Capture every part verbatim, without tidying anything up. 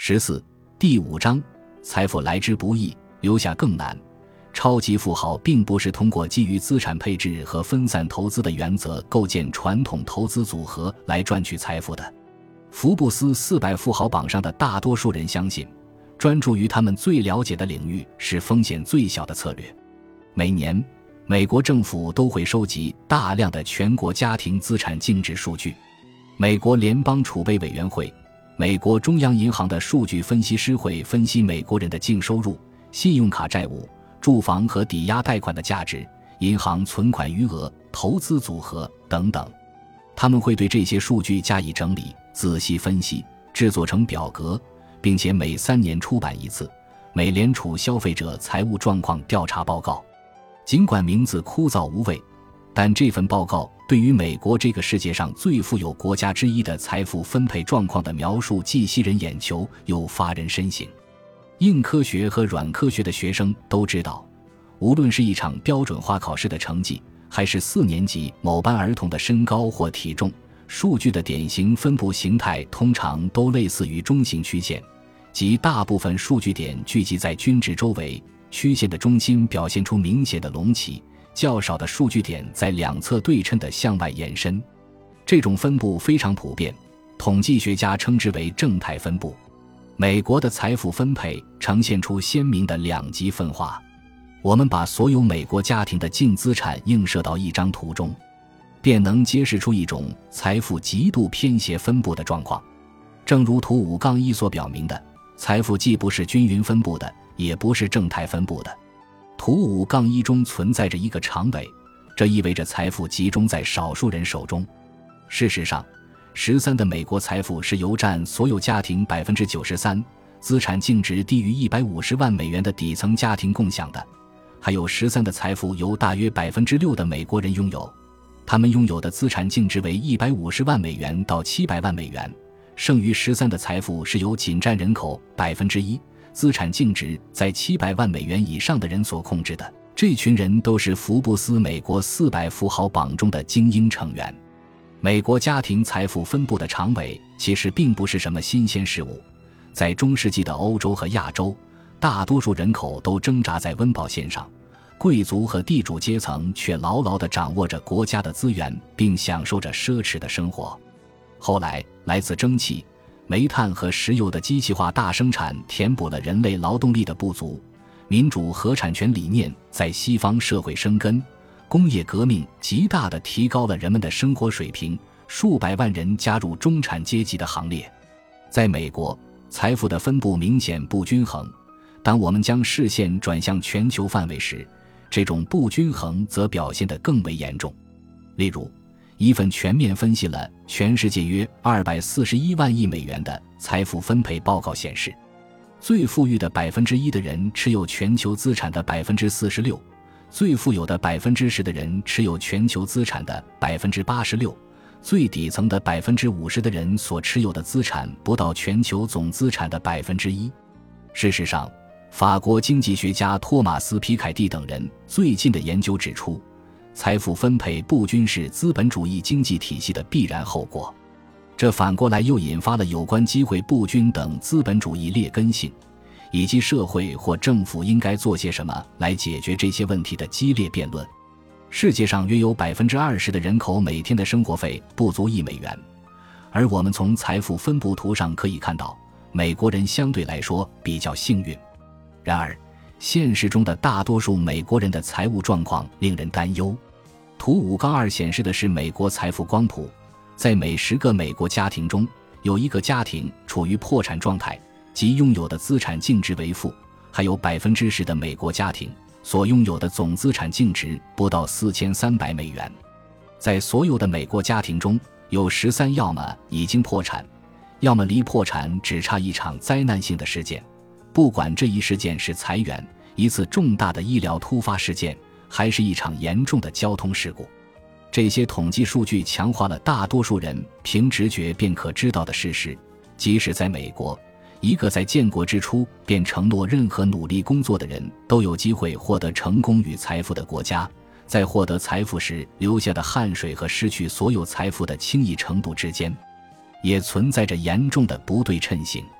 十四、第五章，财富来之不易，留下更难。超级富豪并不是通过基于资产配置和分散投资的原则构建传统投资组合来赚取财富的。福布斯四百富豪榜上的大多数人相信，专注于他们最了解的领域是风险最小的策略。每年，美国政府都会收集大量的全国家庭资产净值数据。美国联邦储备委员会、美国中央银行的数据分析师会分析美国人的净收入、信用卡债务、住房和抵押贷款的价值、银行存款余额、投资组合等等。他们会对这些数据加以整理、仔细分析，制作成表格，并且每三年出版一次美联储消费者财务状况调查报告。尽管名字枯燥无味，但这份报告对于美国这个世界上最富有国家之一的财富分配状况的描述既吸人眼球又发人深省。硬科学和软科学的学生都知道，无论是一场标准化考试的成绩，还是四年级某班儿童的身高或体重，数据的典型分布形态通常都类似于中型曲线，即大部分数据点聚集在均值周围，曲线的中心表现出明显的隆起，较少的数据点在两侧对称地向外延伸。这种分布非常普遍，统计学家称之为正态分布。美国的财富分配呈现出鲜明的两极分化。我们把所有美国家庭的净资产映射到一张图中，便能揭示出一种财富极度偏斜分布的状况。正如图 五杠一 所表明的，财富既不是均匀分布的，也不是正态分布的。图 五杠一 中存在着一个长尾，这意味着财富集中在少数人手中。事实上，十三的美国财富是由占所有家庭 百分之九十三， 资产净值低于一百五十万美元的底层家庭共享的，还有十三的财富由大约 百分之六 的美国人拥有，他们拥有的资产净值为一百五十万美元到七百万美元。剩余十三的财富是由仅占人口 百分之一，资产净值在七百万美元以上的人所控制的。这群人都是福布斯美国四百富豪榜中的精英成员。美国家庭财富分布的长尾其实并不是什么新鲜事物，在中世纪的欧洲和亚洲，大多数人口都挣扎在温饱线上，贵族和地主阶层却牢牢地掌握着国家的资源，并享受着奢侈的生活。后来，来自蒸汽、煤炭和石油的机器化大生产填补了人类劳动力的不足，民主和产权理念在西方社会生根，工业革命极大地提高了人们的生活水平，数百万人加入中产阶级的行列。在美国，财富的分布明显不均衡，当我们将视线转向全球范围时，这种不均衡则表现得更为严重。例如，一份全面分析了全世界约二百四十一万亿美元的财富分配报告显示，最富裕的 百分之一 的人持有全球资产的 百分之四十六， 最富有的 百分之十 的人持有全球资产的 百分之八十六， 最底层的 百分之五十 的人所持有的资产不到全球总资产的 百分之一。 事实上，法国经济学家托马斯·皮凯蒂等人最近的研究指出，财富分配不均是资本主义经济体系的必然后果。这反过来又引发了有关机会不均等资本主义劣根性，以及社会或政府应该做些什么来解决这些问题的激烈辩论。世界上约有 百分之二十 的人口每天的生活费不足一美元，而我们从财富分布图上可以看到，美国人相对来说比较幸运。然而，现实中的大多数美国人的财务状况令人担忧。图 五杠二 显示的是美国财富光谱，在每十个美国家庭中，有一个家庭处于破产状态，即拥有的资产净值为负，还有 百分之十 的美国家庭所拥有的总资产净值不到四千三百美元。在所有的美国家庭中，有十三要么已经破产，要么离破产只差一场灾难性的事件，不管这一事件是裁员、一次重大的医疗突发事件，还是一场严重的交通事故。这些统计数据强化了大多数人凭直觉便可知道的事实，即使在美国，一个在建国之初便承诺任何努力工作的人都有机会获得成功与财富的国家，在获得财富时流下的汗水和失去所有财富的轻易程度之间，也存在着严重的不对称性。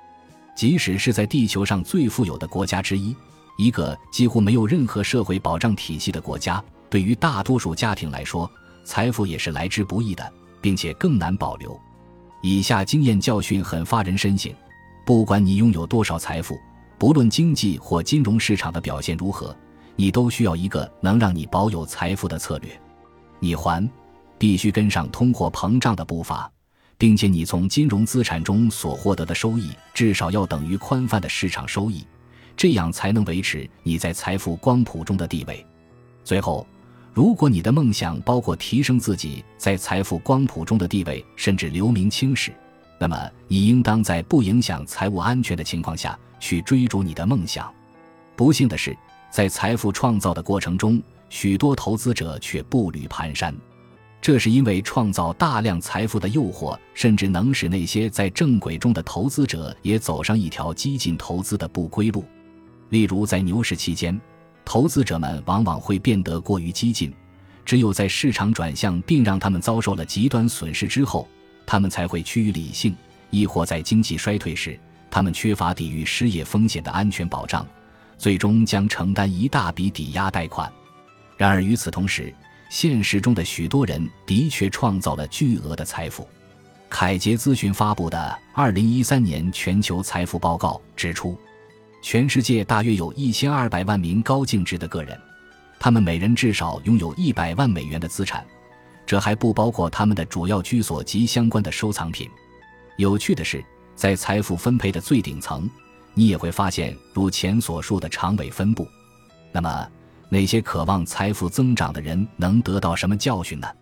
即使是在地球上最富有的国家之一，一个几乎没有任何社会保障体系的国家，对于大多数家庭来说，财富也是来之不易的，并且更难保留。以下经验教训很发人深省，不管你拥有多少财富，不论经济或金融市场的表现如何，你都需要一个能让你保有财富的策略。你还必须跟上通货膨胀的步伐，并且你从金融资产中所获得的收益至少要等于宽泛的市场收益，这样才能维持你在财富光谱中的地位。最后，如果你的梦想包括提升自己在财富光谱中的地位，甚至留名青史，那么你应当在不影响财务安全的情况下去追逐你的梦想。不幸的是，在财富创造的过程中，许多投资者却步履蹒跚。这是因为创造大量财富的诱惑甚至能使那些在正轨中的投资者也走上一条激进投资的不归路。例如在牛市期间，投资者们往往会变得过于激进，只有在市场转向并让他们遭受了极端损失之后，他们才会趋于理性，亦或在经济衰退时，他们缺乏抵御失业风险的安全保障，最终将承担一大笔抵押贷款。然而与此同时，现实中的许多人的确创造了巨额的财富。凯捷咨询发布的二零一三年全球财富报告指出，全世界大约有一千二百万名高净值的个人，他们每人至少拥有一百万美元的资产，这还不包括他们的主要居所及相关的收藏品。有趣的是，在财富分配的最顶层，你也会发现如前所述的长尾分布。那么那些渴望财富增长的人能得到什么教训呢？